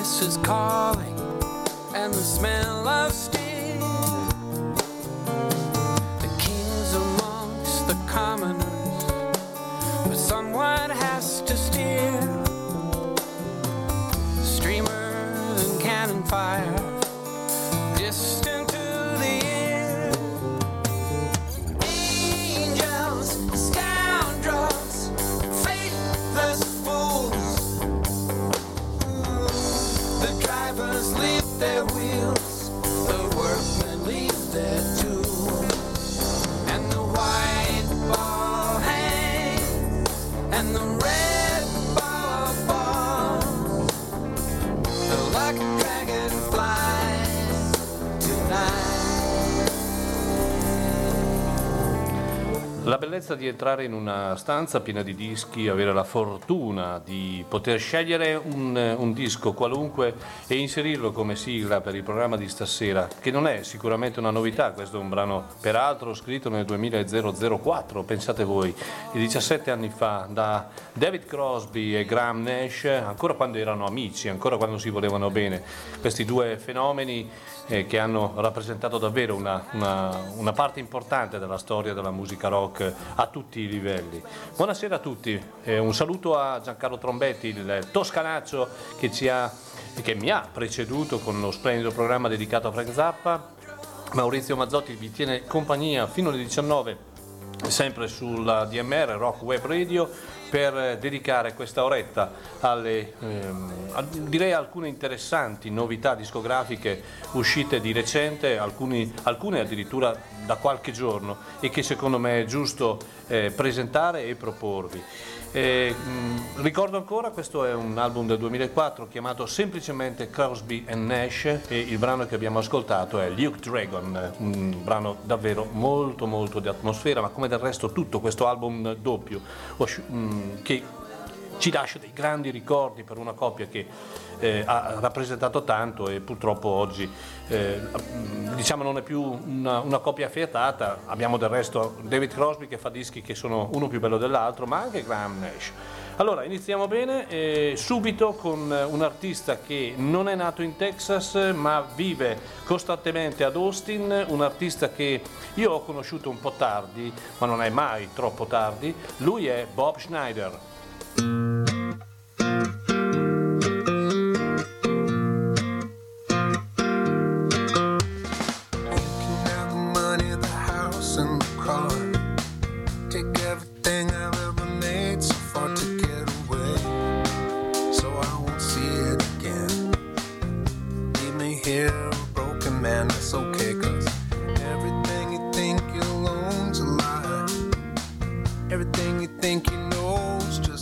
voices calling and the smell of steel. The kings amongst the commoners, but someone has to steer. Streamers and cannon fire, distant to the ear. Angels, scoundrels, faithless fools. The drivers leave their wheels, the workmen leave their tools, and the white ball hangs, and the red ball falls. The lucky dragon flies tonight. La bellezza di entrare in una stanza piena di dischi, avere la fortuna di poter scegliere un disco qualunque e inserirlo come sigla per il programma di stasera, che non è sicuramente una novità. Questo è un brano peraltro scritto nel 2004, pensate voi, 17 anni fa, da David Crosby e Graham Nash, ancora quando erano amici, ancora quando si volevano bene, questi due fenomeni che hanno rappresentato davvero una parte importante della storia della musica rock a tutti i livelli. Buonasera a tutti, un saluto a Giancarlo Trombetti, il toscanaccio che mi ha preceduto con lo splendido programma dedicato a Frank Zappa. Maurizio Mazzotti vi tiene compagnia fino alle 19, sempre sulla DMR Rock Web Radio, per dedicare questa oretta direi alcune interessanti novità discografiche uscite di recente, alcune addirittura da qualche giorno, e che secondo me è giusto presentare e proporvi. Ricordo ancora, questo è un album del 2004 chiamato semplicemente Crosby and Nash, e il brano che abbiamo ascoltato è Luke Dragon, un brano davvero molto molto di atmosfera, ma come del resto tutto questo album doppio che ci lascia dei grandi ricordi per una coppia che ha rappresentato tanto e purtroppo oggi diciamo non è più una coppia affiatata. Abbiamo del resto David Crosby che fa dischi che sono uno più bello dell'altro, ma anche Graham Nash. Allora iniziamo bene subito con un artista che non è nato in Texas ma vive costantemente ad Austin, un artista che io ho conosciuto un po' tardi, ma non è mai troppo tardi. Lui è Bob Schneider. Everything you think you know is just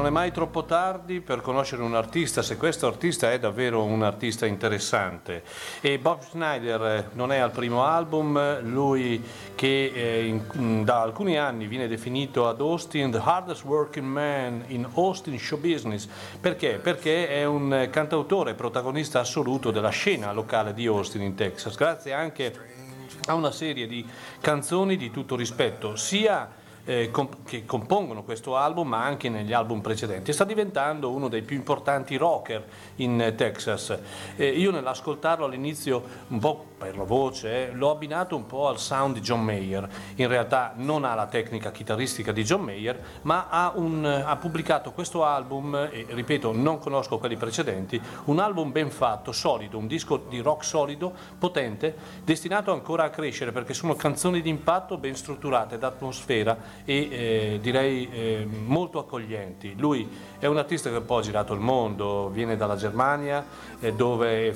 è mai troppo tardi per conoscere un artista, se questo artista è davvero un artista interessante. E Bob Schneider non è al primo album, lui che da alcuni anni viene definito ad Austin the hardest working man in Austin show business. Perché? Perché è un cantautore protagonista assoluto della scena locale di Austin in Texas, grazie anche a una serie di canzoni di tutto rispetto, sia che compongono questo album ma anche negli album precedenti. Sta diventando uno dei più importanti rocker in Texas. Io nell'ascoltarlo all'inizio, un po' per la voce, l'ho abbinato un po' al sound di John Mayer. In realtà non ha la tecnica chitarristica di John Mayer, ma ha pubblicato questo album, e ripeto, non conosco quelli precedenti, un album ben fatto, solido, un disco di rock solido, potente, destinato ancora a crescere, perché sono canzoni di impatto ben strutturate, d'atmosfera e direi molto accoglienti. Lui è un artista che poi ha girato il mondo, viene dalla Germania, dove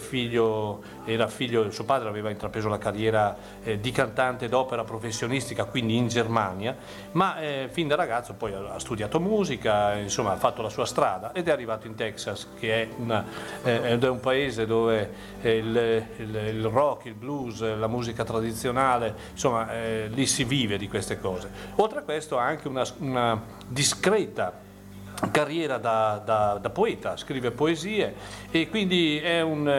suo padre aveva intrapreso la carriera di cantante d'opera professionistica, quindi in Germania, ma fin da ragazzo poi ha studiato musica, insomma ha fatto la sua strada ed è arrivato in Texas, che è un paese dove il rock, il blues, la musica tradizionale, insomma lì si vive di queste cose. Oltre a questo ha anche una discreta carriera da poeta, scrive poesie e quindi è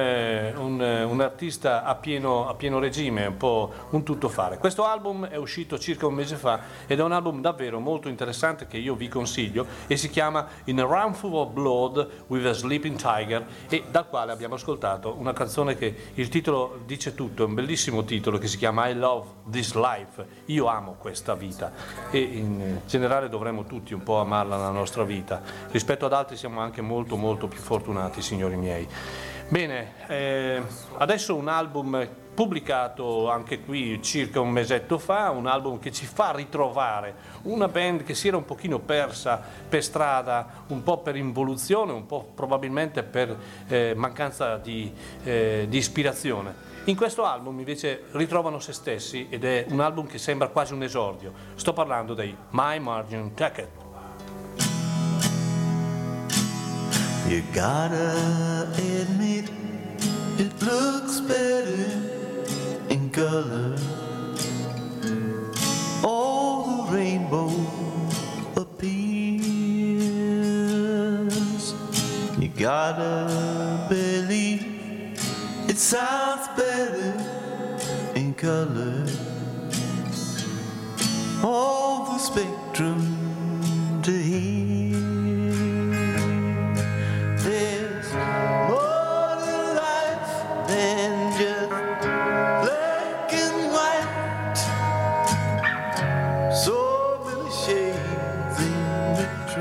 un artista a pieno regime, un po' un tuttofare. Questo album è uscito circa un mese fa ed è un album davvero molto interessante che io vi consiglio e si chiama In a Roundful of Blood with a Sleeping Tiger, e dal quale abbiamo ascoltato una canzone che il titolo dice tutto, è un bellissimo titolo che si chiama I Love This Life, io amo questa vita, e in generale dovremmo tutti un po' amarla nella nostra vita. Rispetto ad altri siamo anche molto molto più fortunati, signori miei. Bene, adesso un album pubblicato anche qui circa un mesetto fa, un album che ci fa ritrovare una band che si era un pochino persa per strada, un po' per involuzione, un po' probabilmente per mancanza di ispirazione. In questo album invece ritrovano se stessi ed è un album che sembra quasi un esordio. Sto parlando dei My Margin Ticket. You gotta admit it looks better in color. All the rainbow appears. You gotta believe it sounds better in color. All the spectrum to hear. There's more to life than just black and white. So many shades in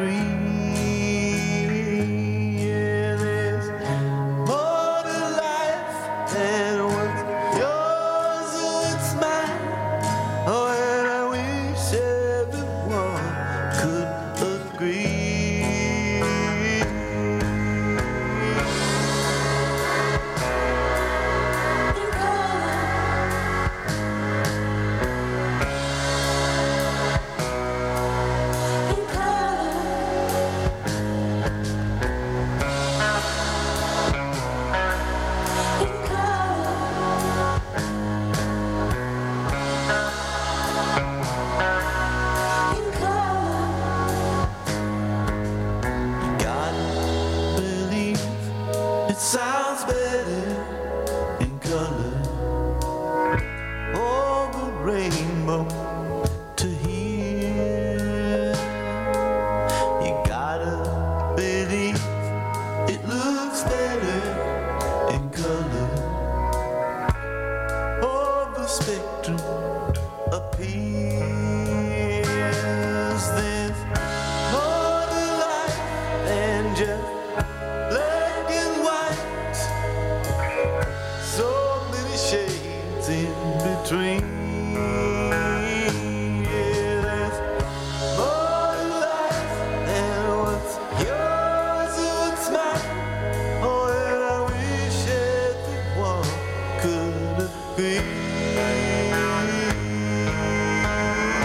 between. Yeah, there's more to life than what's yours or what's mine. Oh, and I wish everyone could agree. It sounds better in color. Oh, the rainbow to hear. You gotta believe it looks better in color. Oh, the spectrum appears. There's more to life than just black and white. So many shades in between. Yeah, there's more to life than what's yours or what's mine. Oh, and I wish everyone could agree.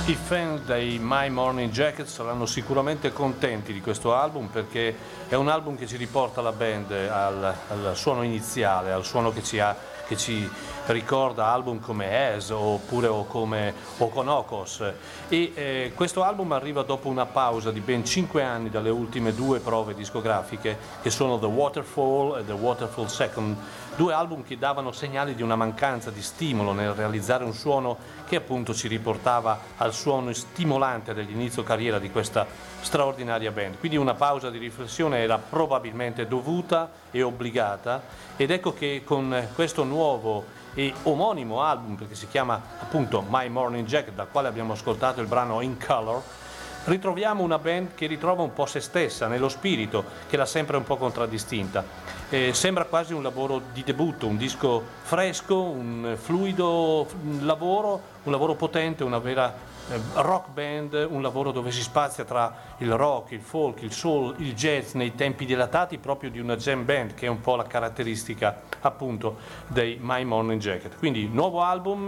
I fan dei My Morning Jacket saranno sicuramente contenti di questo album, perché è un album che ci riporta la band al suono iniziale, al suono che ci ricorda album come As oppure come Okonokos, e questo album arriva dopo una pausa di ben 5 anni dalle ultime 2 prove discografiche, che sono The Waterfall e The Waterfall Second, 2 album che davano segnali di una mancanza di stimolo nel realizzare un suono che appunto ci riportava al suono stimolante dell'inizio carriera di questa straordinaria band. Quindi una pausa di riflessione era probabilmente dovuta e obbligata, ed ecco che con questo nuovo e omonimo album, perché si chiama appunto My Morning Jacket, dal quale abbiamo ascoltato il brano In Color, ritroviamo una band che ritrova un po' se stessa nello spirito che l'ha sempre un po' contraddistinta. Sembra quasi un lavoro di debutto, un disco fresco, un fluido lavoro potente, una vera rock band, un lavoro dove si spazia tra il rock, il folk, il soul, il jazz nei tempi dilatati proprio di una jam band, che è un po' la caratteristica appunto dei My Morning Jacket. Quindi nuovo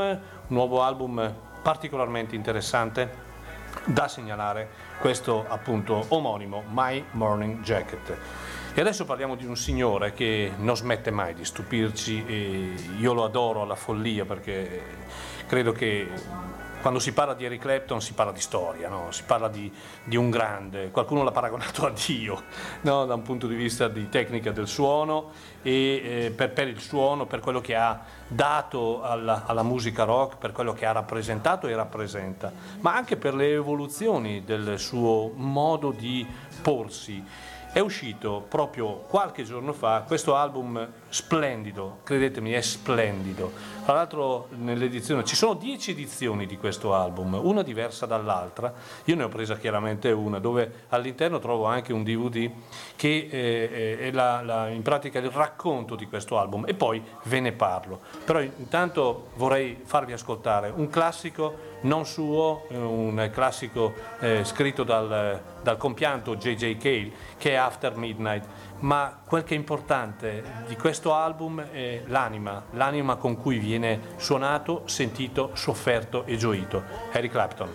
album particolarmente interessante da segnalare, questo appunto omonimo My Morning Jacket. E adesso parliamo di un signore che non smette mai di stupirci, e io lo adoro alla follia, perché credo che quando si parla di Eric Clapton si parla di storia, no? Si parla di un grande, qualcuno l'ha paragonato a Dio, no? Da un punto di vista di tecnica del suono, e per il suono, per quello che ha dato alla musica rock, per quello che ha rappresentato e rappresenta, ma anche per le evoluzioni del suo modo di porsi. È uscito proprio qualche giorno fa questo album splendido, credetemi, è splendido. Tra l'altro nell'edizione ci sono 10 edizioni di questo album, una diversa dall'altra. Io ne ho presa chiaramente una, dove all'interno trovo anche un DVD che è in pratica il racconto di questo album, e poi ve ne parlo. Però intanto vorrei farvi ascoltare un classico non suo, un classico scritto dal compianto J.J. Cale, che è After Midnight, ma quel che è importante di questo album è l'anima con cui viene suonato, sentito, sofferto e gioito. Eric Clapton.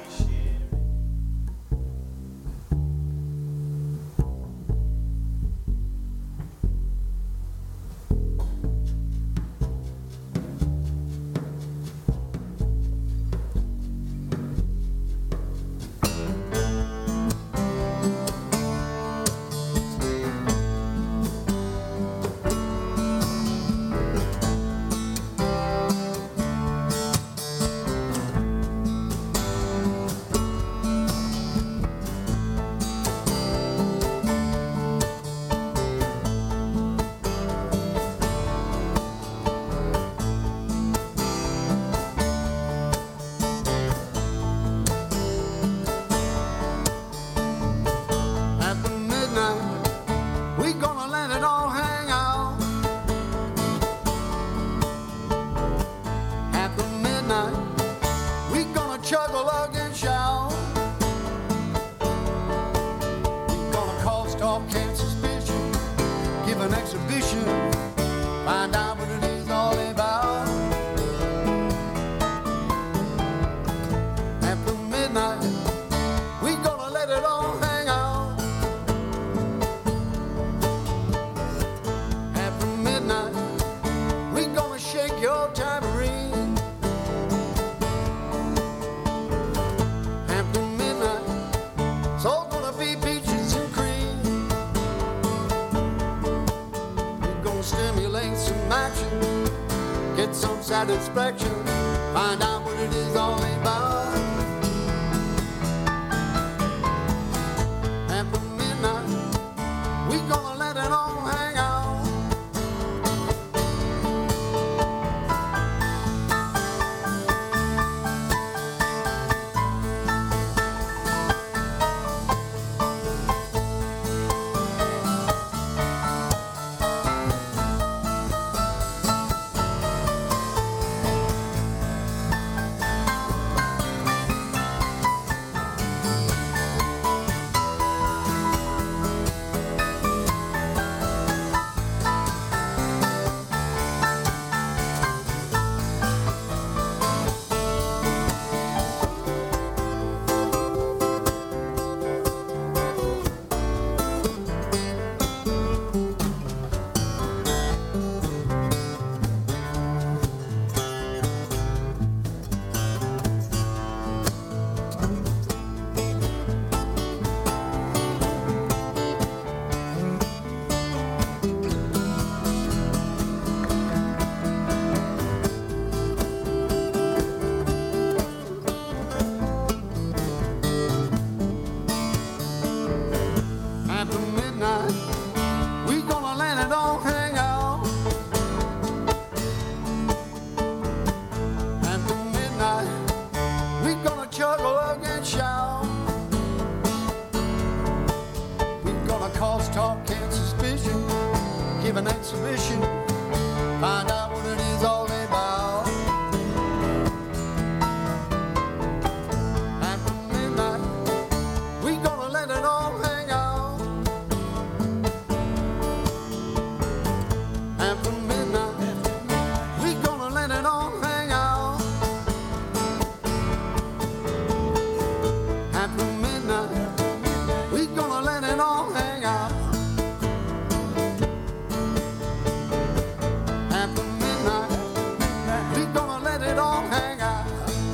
Satisfaction, find out what it is all about. After midnight, we gonna let it all hang out. give an exhibition, find out what it is all about. After midnight, we gonna let it all hang out. After midnight, we gonna let it all hang out. After midnight, we gonna let it all hang out. After midnight, we gonna let it all hang out.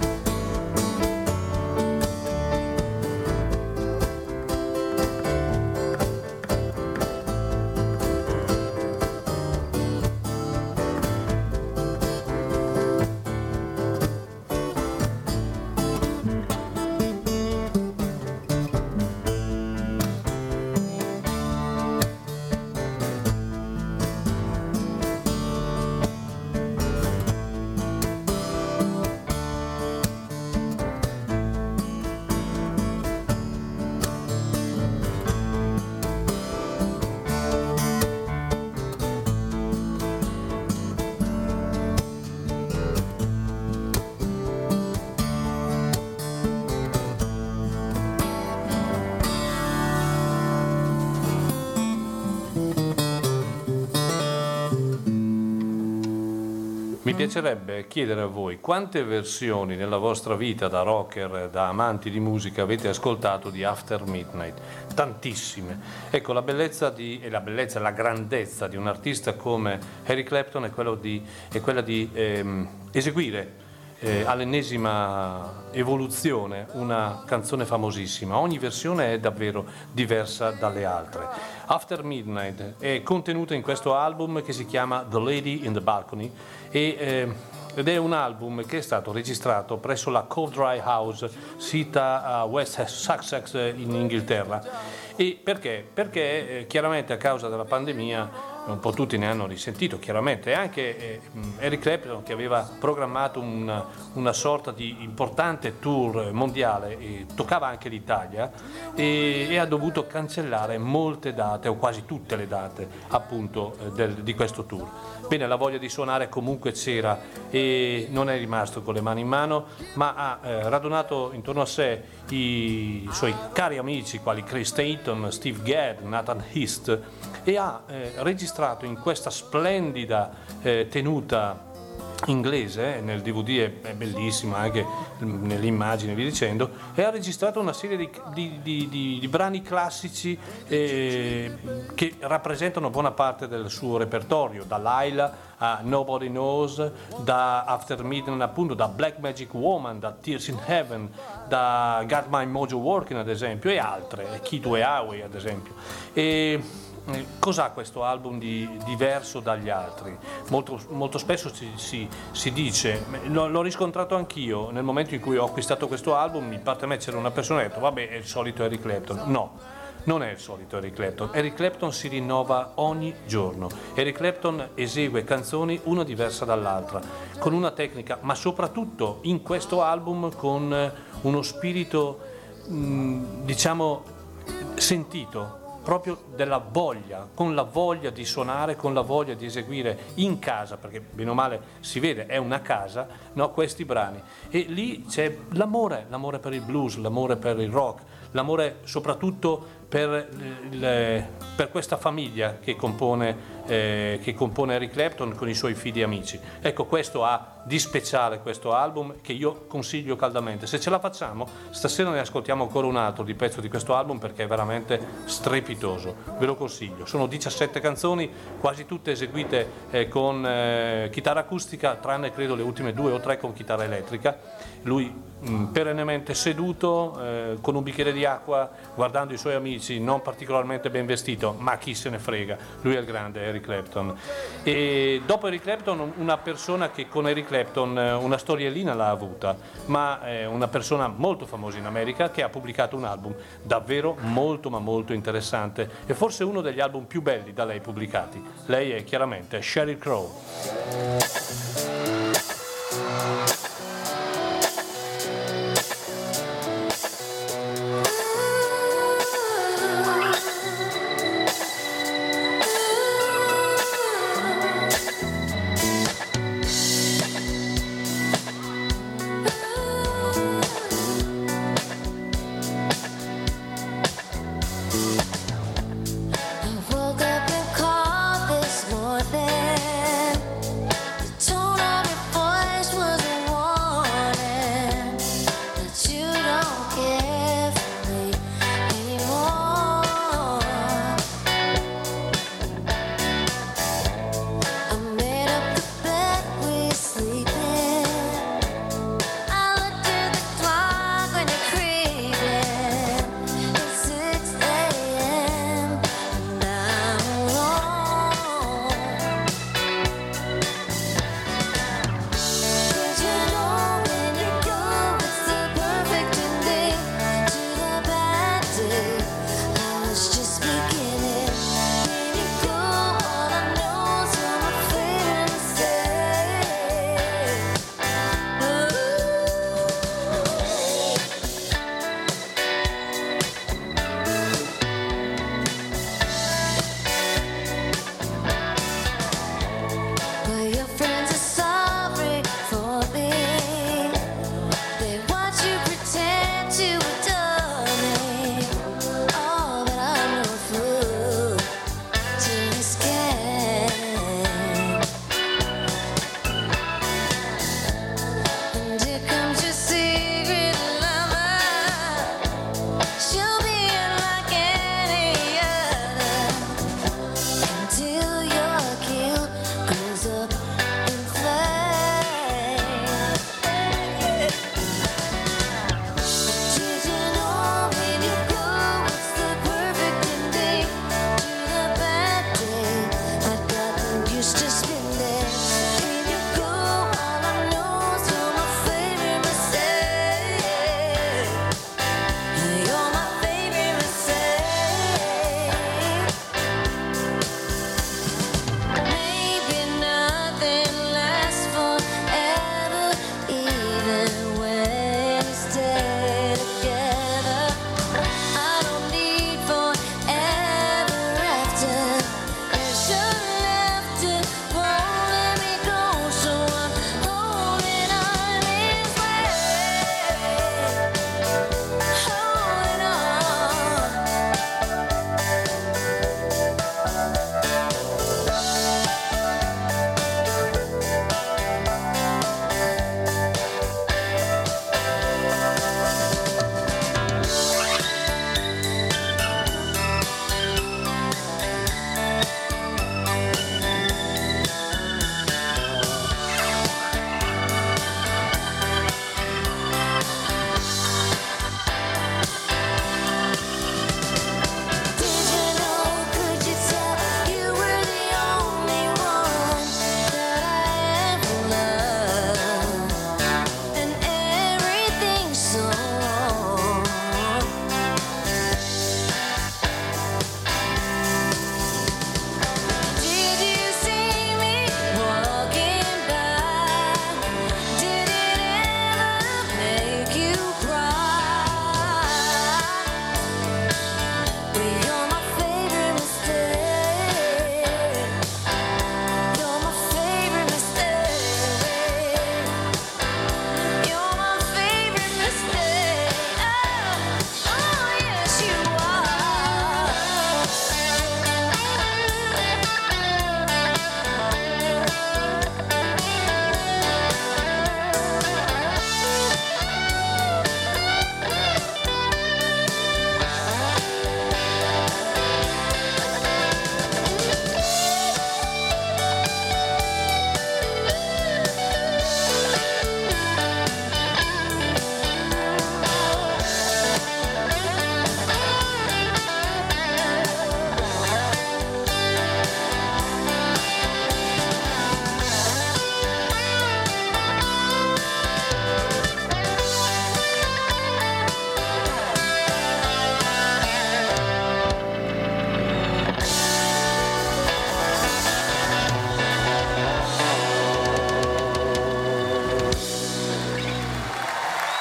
Mi piacerebbe chiedere a voi quante versioni nella vostra vita da rocker, da amanti di musica avete ascoltato di After Midnight? Tantissime. Ecco, la bellezza, la grandezza di un artista come Eric Clapton è quella di eseguire all'ennesima evoluzione una canzone famosissima. Ogni versione è davvero diversa dalle altre. After Midnight è contenuta in questo album che si chiama The Lady in the Balcony ed è un album che è stato registrato presso la Cold Dry House sita a West Sussex in Inghilterra. E perché? Perché chiaramente a causa della pandemia un po' tutti ne hanno risentito chiaramente, e anche Eric Clapton, che aveva programmato una sorta di importante tour mondiale e toccava anche l'Italia, e ha dovuto cancellare molte date o quasi tutte le date appunto di questo tour. Bene, la voglia di suonare comunque c'era e non è rimasto con le mani in mano, ma ha radunato intorno a sé i suoi cari amici quali Chris Staton, Steve Gadd, Nathan East, e ha registrato in questa splendida tenuta inglese, nel DVD è bellissima anche nelle immagini, vi dicendo, e ha registrato una serie di brani classici che rappresentano buona parte del suo repertorio, da Laila a Nobody Knows, da After Midnight, appunto, da Black Magic Woman, da Tears in Heaven, da Got My Mojo Working ad esempio, e altre, Key to a Highway ad esempio. E cos'ha questo album di diverso dagli altri? Molto spesso si dice, l'ho riscontrato anch'io nel momento in cui ho acquistato questo album, mi parte a me c'era una persona che ha detto vabbè è il solito Eric Clapton. No, non è il solito Eric Clapton. Eric Clapton si rinnova ogni giorno. Eric Clapton esegue canzoni una diversa dall'altra, con una tecnica, ma soprattutto in questo album con uno spirito diciamo sentito, proprio della voglia, con la voglia di suonare, con la voglia di eseguire in casa, perché bene o male si vede, è una casa, no, questi brani. E lì c'è l'amore per il blues, l'amore per il rock, l'amore soprattutto per questa famiglia che compone Eric Clapton con i suoi fidi amici. Ecco, questo ha di speciale questo album, che io consiglio caldamente. Se ce la facciamo, stasera ne ascoltiamo ancora un altro di pezzo di questo album, perché è veramente strepitoso, ve lo consiglio. Sono 17 canzoni, quasi tutte eseguite con chitarra acustica, tranne credo le ultime 2 o 3 con chitarra elettrica. Lui perennemente seduto con un bicchiere di acqua, guardando i suoi amici, non particolarmente ben vestito, ma chi se ne frega, lui è il grande Eric Clapton. E dopo Eric Clapton, una persona che con Eric Clapton una storiellina l'ha avuta, ma è una persona molto famosa in America, che ha pubblicato un album davvero molto ma molto interessante, e forse uno degli album più belli da lei pubblicati. Lei è chiaramente Sheryl Crow.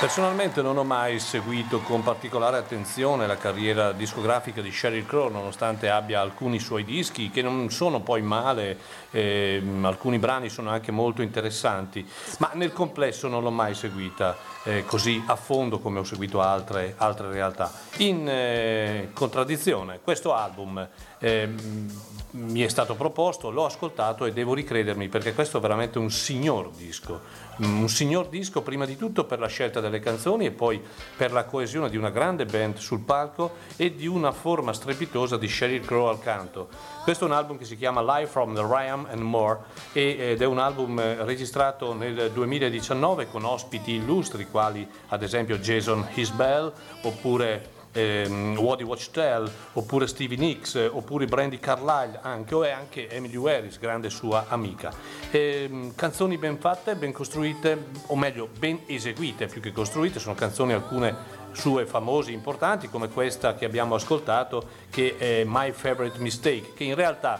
Personalmente non ho mai seguito con particolare attenzione la carriera discografica di Sheryl Crow, nonostante abbia alcuni suoi dischi che non sono poi male, alcuni brani sono anche molto interessanti, ma nel complesso non l'ho mai seguita così a fondo come ho seguito altre realtà. In contraddizione, questo album mi è stato proposto, l'ho ascoltato e devo ricredermi, perché questo è veramente un signor disco prima di tutto per la scelta delle canzoni e poi per la coesione di una grande band sul palco e di una forma strepitosa di Sheryl Crow al canto. Questo è un album che si chiama Live from the Rhyme and More ed è un album registrato nel 2019 con ospiti illustri quali ad esempio Jason Isbell oppure Waddy Wachtel oppure Stevie Nicks oppure Brandi Carlile e anche Emily Harris, grande sua amica. Canzoni ben fatte, ben costruite, o meglio ben eseguite più che costruite, sono canzoni alcune sue famose, importanti, come questa che abbiamo ascoltato, che è My Favorite Mistake, che in realtà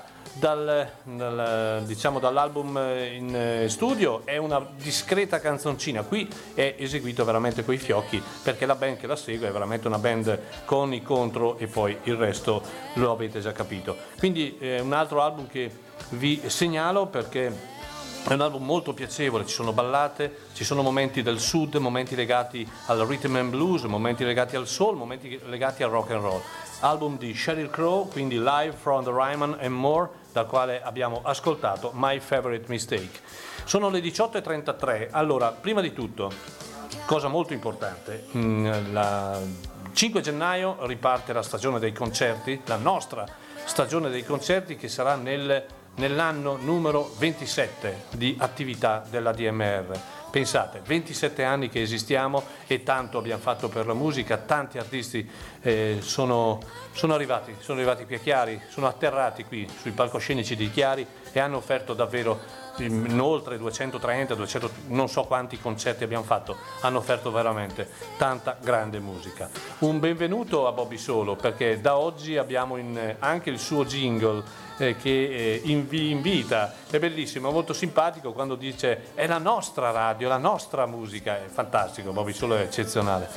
dall'album in studio è una discreta canzoncina. Qui è eseguito veramente coi fiocchi, perché la band che la segue è veramente una band con i contro e poi il resto lo avete già capito. Quindi è un altro album che vi segnalo perché è un album molto piacevole, ci sono ballate, ci sono momenti del sud, momenti legati al rhythm and blues, momenti legati al soul, momenti legati al rock and roll. Album di Sheryl Crow, quindi Live from the Ryman and More, dal quale abbiamo ascoltato My Favorite Mistake. Sono le 18:33, allora prima di tutto, cosa molto importante, il 5 gennaio riparte la stagione dei concerti, la nostra stagione dei concerti che sarà nell'anno numero 27 di attività dell'ADMR. Pensate, 27 anni che esistiamo e tanto abbiamo fatto per la musica, tanti artisti sono arrivati qui a Chiari, sono atterrati qui sui palcoscenici di Chiari e hanno offerto davvero oltre 230, 200, non so quanti concerti abbiamo fatto, hanno offerto veramente tanta grande musica. Un benvenuto a Bobby Solo, perché da oggi abbiamo anche il suo jingle che vi invita, è bellissimo, è molto simpatico quando dice è la nostra radio, la nostra musica, è fantastico, Bobby Solo è eccezionale.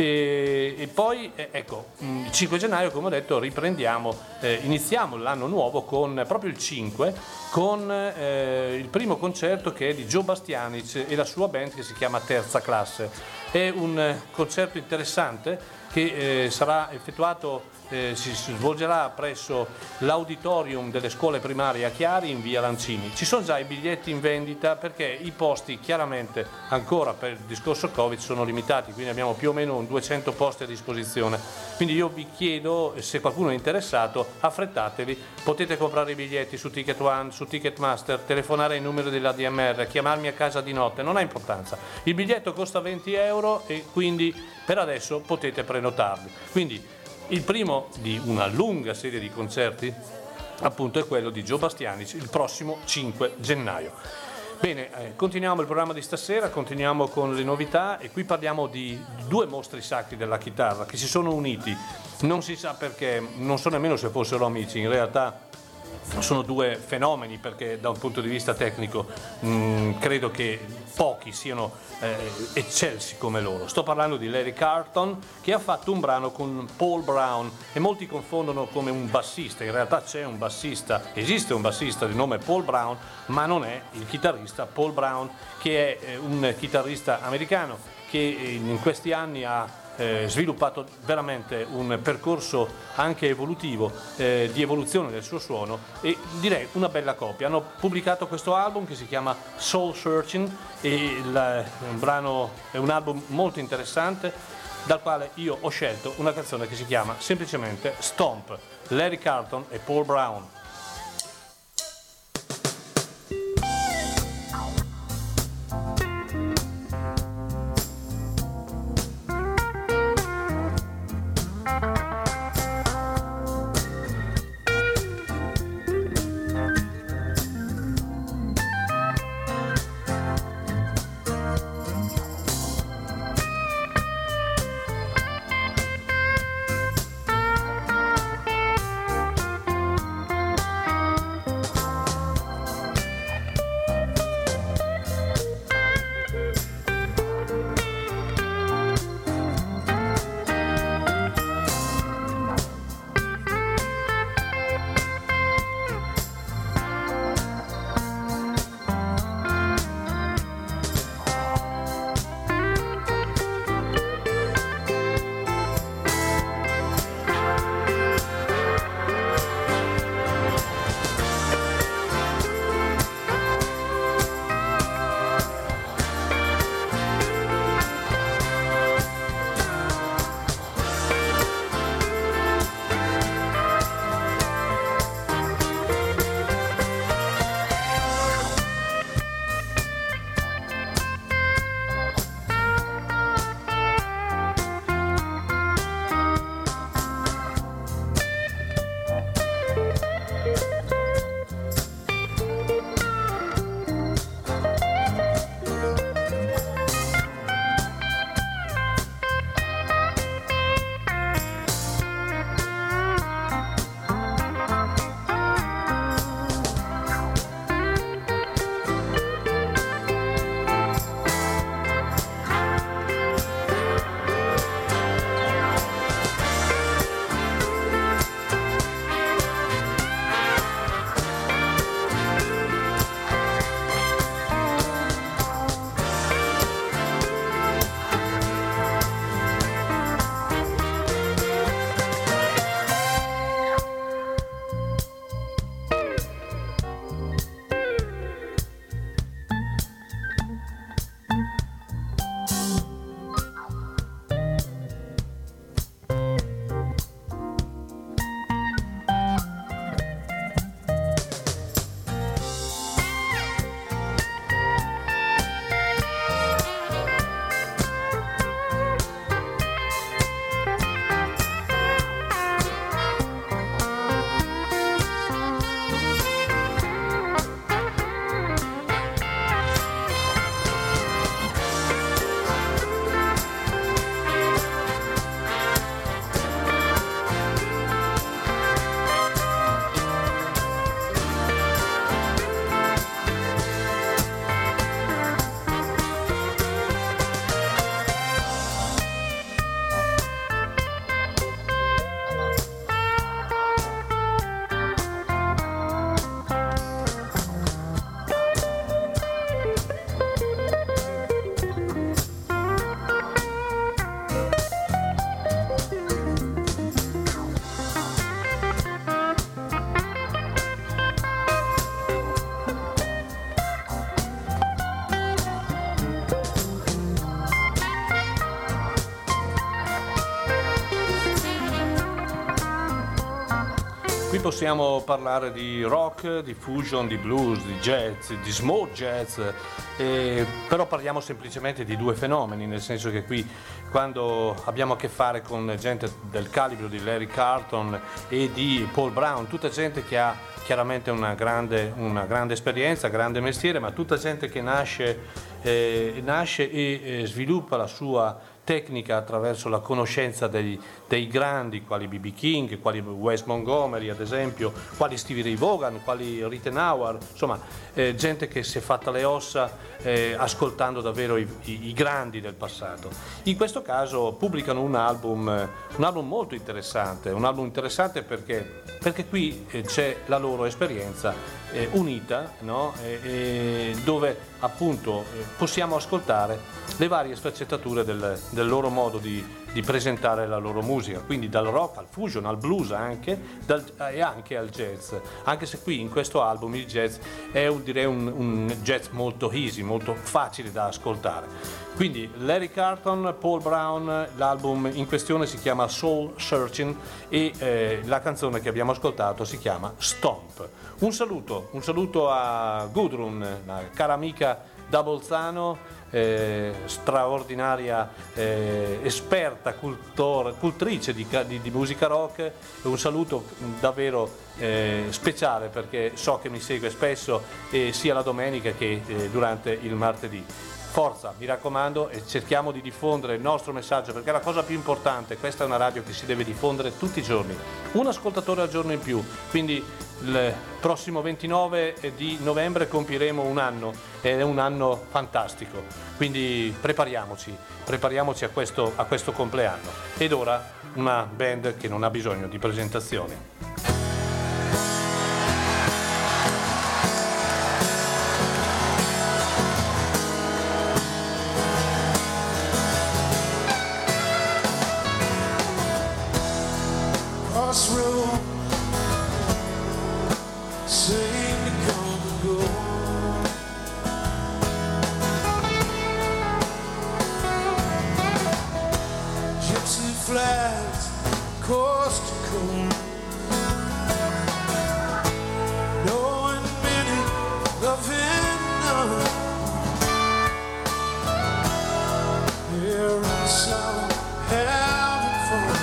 E poi ecco, il 5 gennaio come ho detto iniziamo l'anno nuovo con proprio il 5 con il primo concerto che è di Joe Bastianic e la sua band che si chiama Terza Classe. È un concerto interessante che sarà effettuato, si svolgerà presso l'auditorium delle scuole primarie a Chiari in via Lancini. Ci sono già i biglietti in vendita perché i posti chiaramente ancora per il discorso Covid sono limitati, quindi abbiamo più o meno 200 posti a disposizione. Quindi io vi chiedo, se qualcuno è interessato, affrettatevi, potete comprare i biglietti su Ticket One, su Ticketmaster, telefonare ai numeri dell'ADMR, chiamarmi a casa di notte, non ha importanza. Il biglietto costa 20 euro e quindi per adesso potete prenotarli. Quindi il primo di una lunga serie di concerti appunto è quello di Joe Bastianic il prossimo 5 gennaio. Bene, continuiamo il programma di stasera, continuiamo con le novità e qui parliamo di due mostri sacri della chitarra che si sono uniti, non si sa perché, non so nemmeno se fossero amici, in realtà sono due fenomeni perché da un punto di vista tecnico credo che pochi siano eccelsi come loro. Sto parlando di Larry Carlton che ha fatto un brano con Paul Brown e molti confondono come un bassista, in realtà esiste un bassista di nome Paul Brown, ma non è il chitarrista Paul Brown, che è un chitarrista americano che in questi anni ha sviluppato veramente un percorso anche evolutivo di evoluzione del suo suono e direi una bella coppia. Hanno pubblicato questo album che si chiama Soul Searching e è un album molto interessante dal quale io ho scelto una canzone che si chiama semplicemente Stomp, Larry Carlton e Paul Brown. Qui possiamo parlare di rock, di fusion, di blues, di jazz, di smooth jazz, però parliamo semplicemente di due fenomeni, nel senso che qui quando abbiamo a che fare con gente del calibro di Larry Carlton e di Paul Brown, tutta gente che ha chiaramente una grande esperienza, grande mestiere, ma tutta gente che nasce e sviluppa la sua tecnica attraverso la conoscenza dei grandi, quali B.B. King, quali Wes Montgomery ad esempio, quali Stevie Ray Vaughan, quali Rittenauer, insomma gente che si è fatta le ossa ascoltando davvero i grandi del passato. In questo caso pubblicano un album molto interessante, perché qui c'è la loro esperienza unita, no? Dove appunto possiamo ascoltare le varie sfaccettature del loro modo di presentare la loro musica, quindi dal rock al fusion, al blues anche, e anche al jazz, anche se qui in questo album il jazz è un jazz molto easy, molto facile da ascoltare. Quindi Larry Carlton, Paul Brown, l'album in questione si chiama Soul Searching e la canzone che abbiamo ascoltato si chiama Stomp. Un saluto a Gudrun, la cara amica da Bolzano, straordinaria esperta cultrice di musica rock. Un saluto davvero speciale perché so che mi segue spesso sia la domenica che durante il martedì. Forza, mi raccomando, e cerchiamo di diffondere il nostro messaggio, perché è la cosa più importante. Questa è una radio che si deve diffondere tutti i giorni, un ascoltatore al giorno in più. Quindi il prossimo 29 di novembre compiremo un anno ed è un anno fantastico, quindi prepariamoci a questo compleanno. Ed ora una band che non ha bisogno di presentazioni. Crossroad, seem to come and go. Gypsy flags, coast to coast. Knowing many, loving none. Here in the sun, having fun.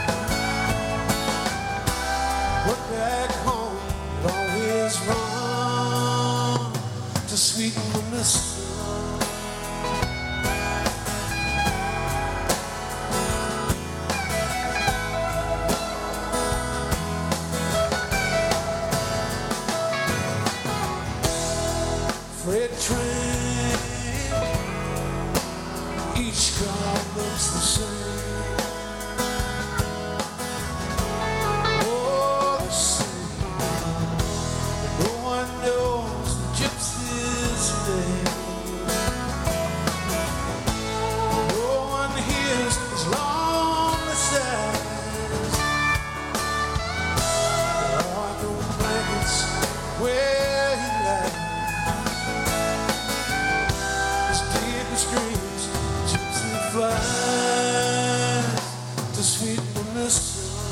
But back home, it always run to sweeten the mist. Freight train, each car looks the same. Knows the gypsy's name. No one hears his lonely sighs. There are no blankets where he lies. His deepest dreams, gypsy flies to sweeten the mist.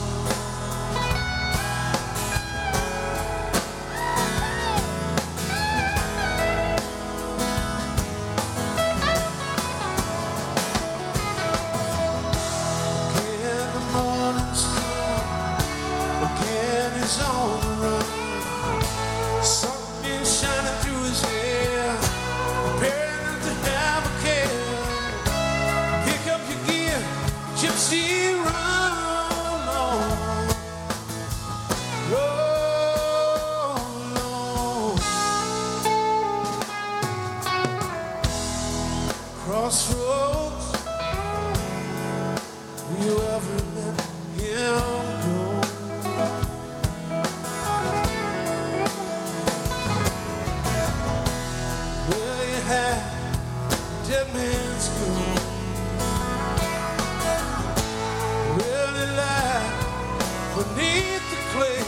Crossroads, will you ever let him go? Well, you had dead man's gold. Well, he lied beneath the clay.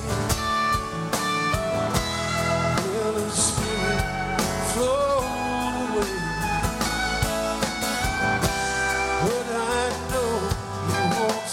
Well, his spirit flowed away. But I know he won't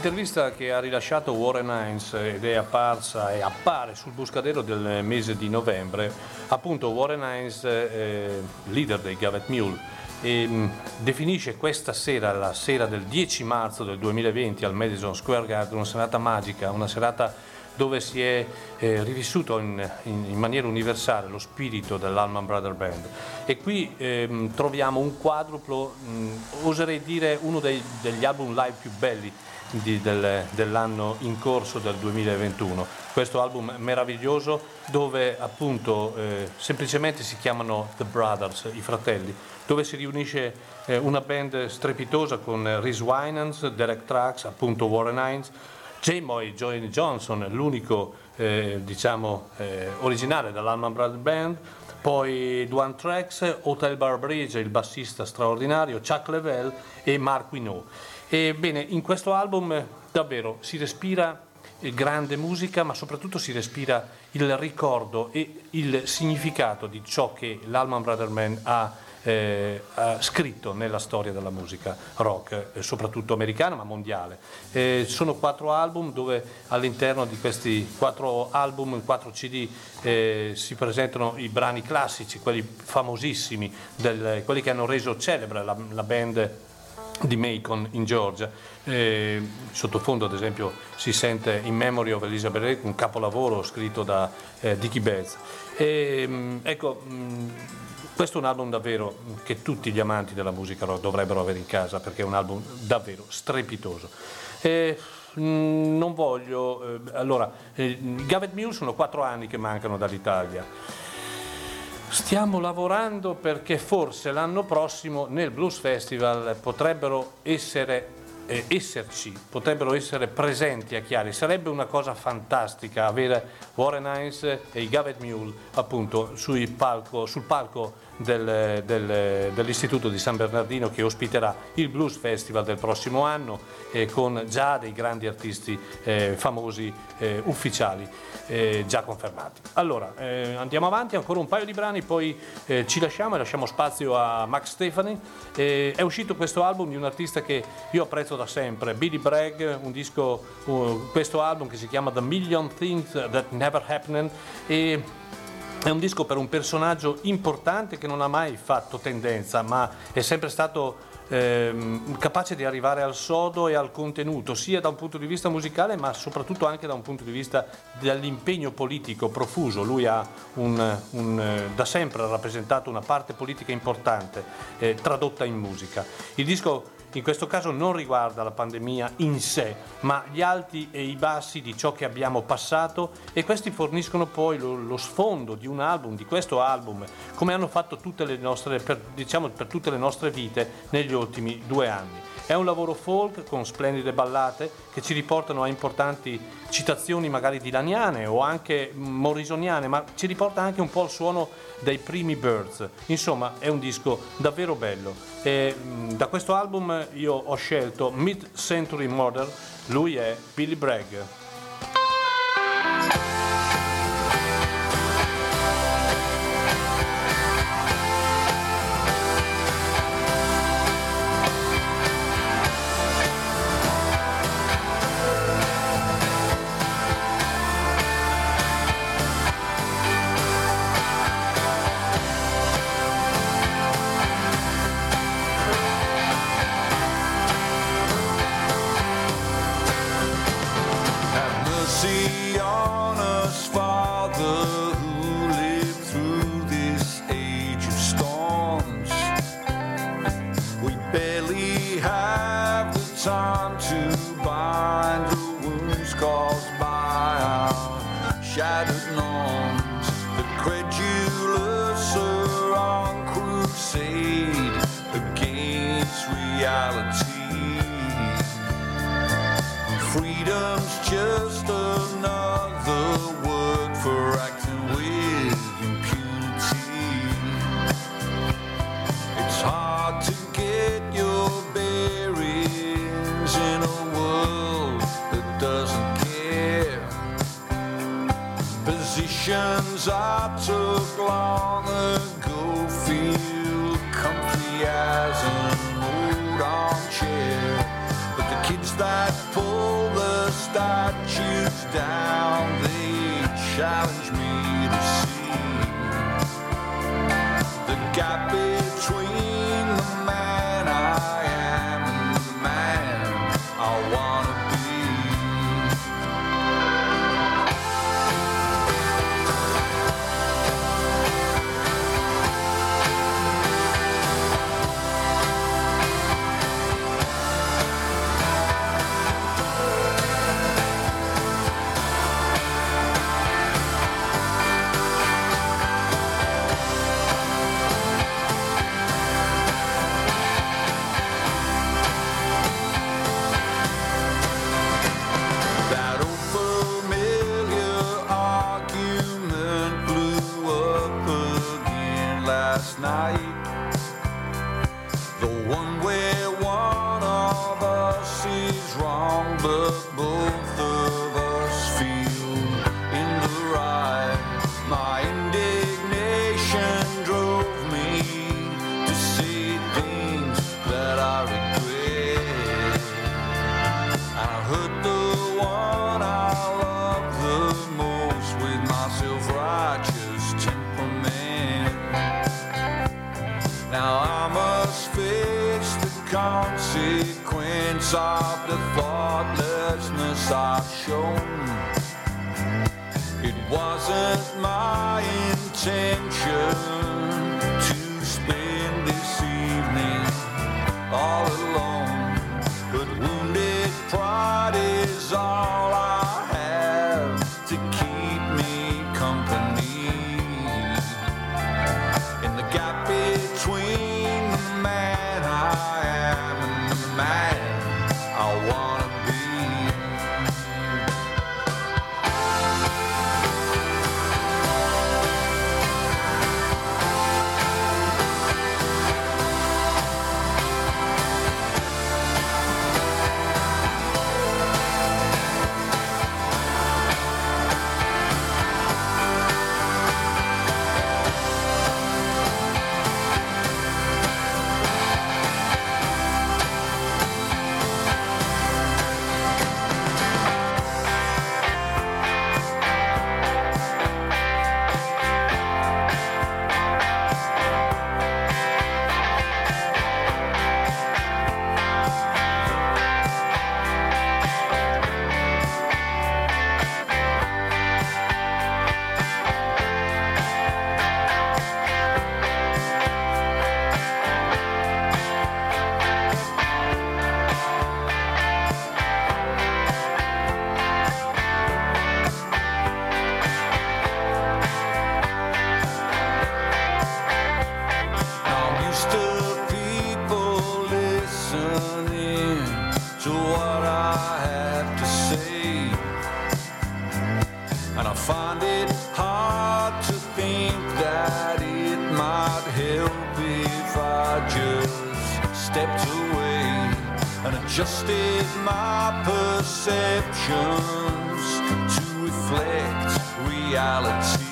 Un'intervista che ha rilasciato Warren Hines ed è apparsa e appare sul Buscadero del mese di novembre, appunto Warren Hines, leader dei Gavet Mule, definisce questa sera, la sera del 10 marzo del 2020 al Madison Square Garden, una serata magica, una serata dove si è rivissuto in maniera universale lo spirito dell'Allman Brothers Band. E qui troviamo un quadruplo, oserei dire uno degli album live più belli dell'anno in corso del 2021. Questo album meraviglioso dove appunto semplicemente si chiamano The Brothers, i fratelli, dove si riunisce una band strepitosa con Rhys Winans, Derek Trucks, appunto Warren Hines, J-Moy Johnny Johnson, l'unico originale dell'Allman Brothers Band, poi Duane Trax, Hotel Bar Bridge, il bassista straordinario, Chuck Leavell e Mark Winot. Bene, in questo album davvero si respira grande musica, ma soprattutto si respira il ricordo e il significato di ciò che l'Allman Brothers Band ha scritto nella storia della musica rock, soprattutto americana ma mondiale. Sono 4 album dove all'interno di questi 4 album, 4 CD, si presentano i brani classici, quelli famosissimi, quelli che hanno reso celebre la band di Macon in Georgia. Sottofondo ad esempio si sente In Memory of Elizabeth Reed, un capolavoro scritto da Dickie Betts. Questo è un album davvero che tutti gli amanti della musica rock dovrebbero avere in casa, perché è un album davvero strepitoso. Non voglio... i Gavet Mule sono 4 anni che mancano dall'Italia. Stiamo lavorando perché forse l'anno prossimo nel Blues Festival potrebbero essere presenti a Chiari. Sarebbe una cosa fantastica avere Warren Hines e i Gavet Mule appunto sul palco dell'Istituto di San Bernardino, che ospiterà il Blues Festival del prossimo anno, con già dei grandi artisti famosi ufficiali già confermati. Allora andiamo avanti, ancora un paio di brani, poi ci lasciamo e lasciamo spazio a Max Stefani. È uscito questo album di un artista che io apprezzo da sempre, Billy Bragg, questo album che si chiama The Million Things That Never Happened, e è un disco per un personaggio importante che non ha mai fatto tendenza, ma è sempre stato capace di arrivare al sodo e al contenuto, sia da un punto di vista musicale ma soprattutto anche da un punto di vista dell'impegno politico profuso. Lui ha da sempre rappresentato una parte politica importante tradotta in musica. Il disco in questo caso non riguarda la pandemia in sé, ma gli alti e i bassi di ciò che abbiamo passato, e questi forniscono poi lo sfondo di un album, di questo album, come hanno fatto per tutte le nostre vite negli ultimi 2 anni. È un lavoro folk con splendide ballate che ci riportano a importanti citazioni magari dilaniane o anche morrisoniane, ma ci riporta anche un po' il suono dei primi Birds. Insomma, è un disco davvero bello. E da questo album io ho scelto Mid-Century Murder, lui è Billy Bragg. I took long ago feel comfy as an old armchair, but the kids that pull statues down, they challenge me to see the gap between the man I am and the man I wanna be. That old familiar argument blew up again last night. The one where one of us is wrong, but both of us feel in the right. My indignation drove me to say things that I regret. I hurt the one I love the most with my self-righteous temperament. Now I must face the consequence of the thoughtlessness I've shown. It wasn't my intention to spend this evening all alone, but wounded pride is all I have to keep me company. In the gap between the man I am and the man I wanna be. I'm used to people listening to what I have to say, and I find it hard to think that it might help if I just stepped away and adjusted my perceptions to reflect reality.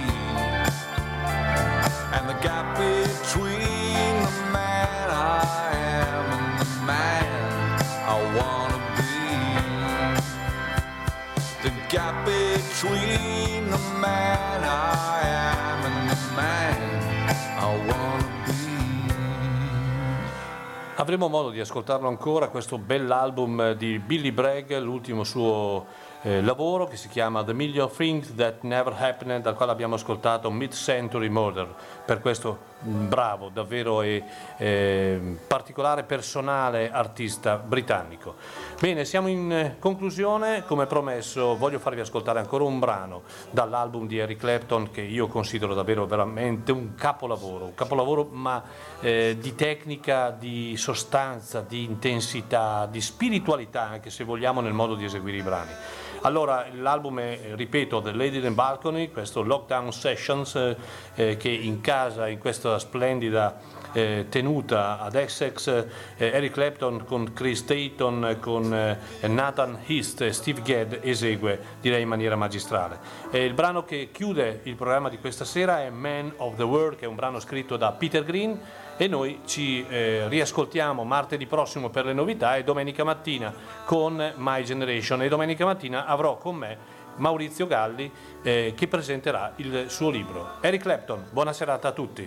And the gap between the man I am and the man I wanna be. The gap between the man I am and the man I wanna be. Avremo modo di ascoltarlo ancora, questo bell'album di Billy Bragg, l'ultimo suo lavoro che si chiama The Million Things That Never Happened, dal quale abbiamo ascoltato Mid-Century Murder, per questo bravo, davvero particolare, personale artista britannico. Bene, siamo in conclusione. Come promesso voglio farvi ascoltare ancora un brano dall'album di Eric Clapton che io considero davvero veramente un capolavoro ma di tecnica, di sostanza, di intensità, di spiritualità, anche se vogliamo, nel modo di eseguire i brani. Allora, l'album è, ripeto, The Lady in the Balcony, questo Lockdown Sessions, che in casa, in questa splendida tenuta ad Essex, Eric Clapton con Chris Tatum, con Nathan East e Steve Gadd esegue, direi in maniera magistrale. Il brano che chiude il programma di questa sera è Man of the World, che è un brano scritto da Peter Green e noi ci riascoltiamo martedì prossimo per le novità e domenica mattina con My Generation, e domenica mattina avrò con me Maurizio Galli che presenterà il suo libro. Eric Clapton, buona serata a tutti.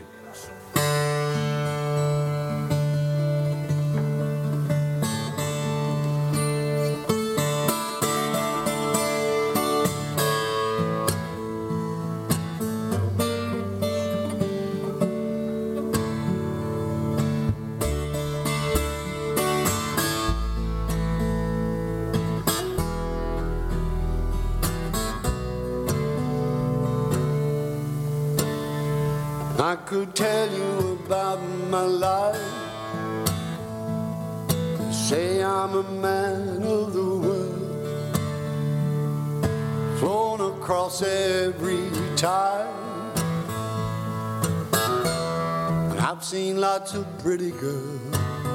I could tell you about my life, say I'm a man of the world, flown across every tide, and I've seen lots of pretty girls.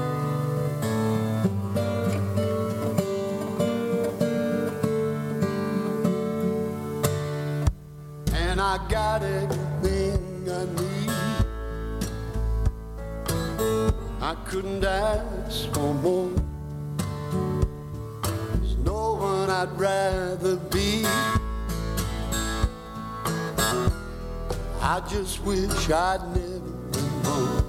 And I got everything I need. I couldn't ask for more. There's no one I'd rather be. I just wish I'd never been born.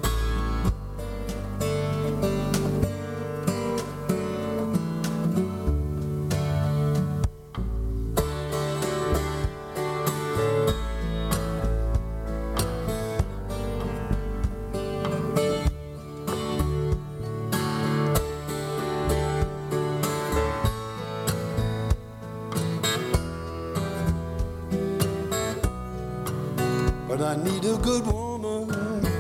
But I need a good woman,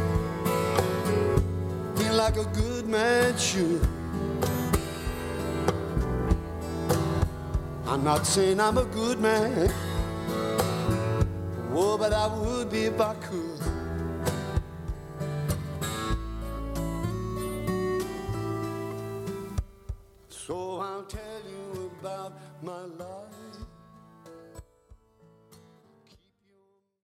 feel like a good man should. I'm not saying I'm a good man, oh, but I would be if I could. So I'll tell you about my life.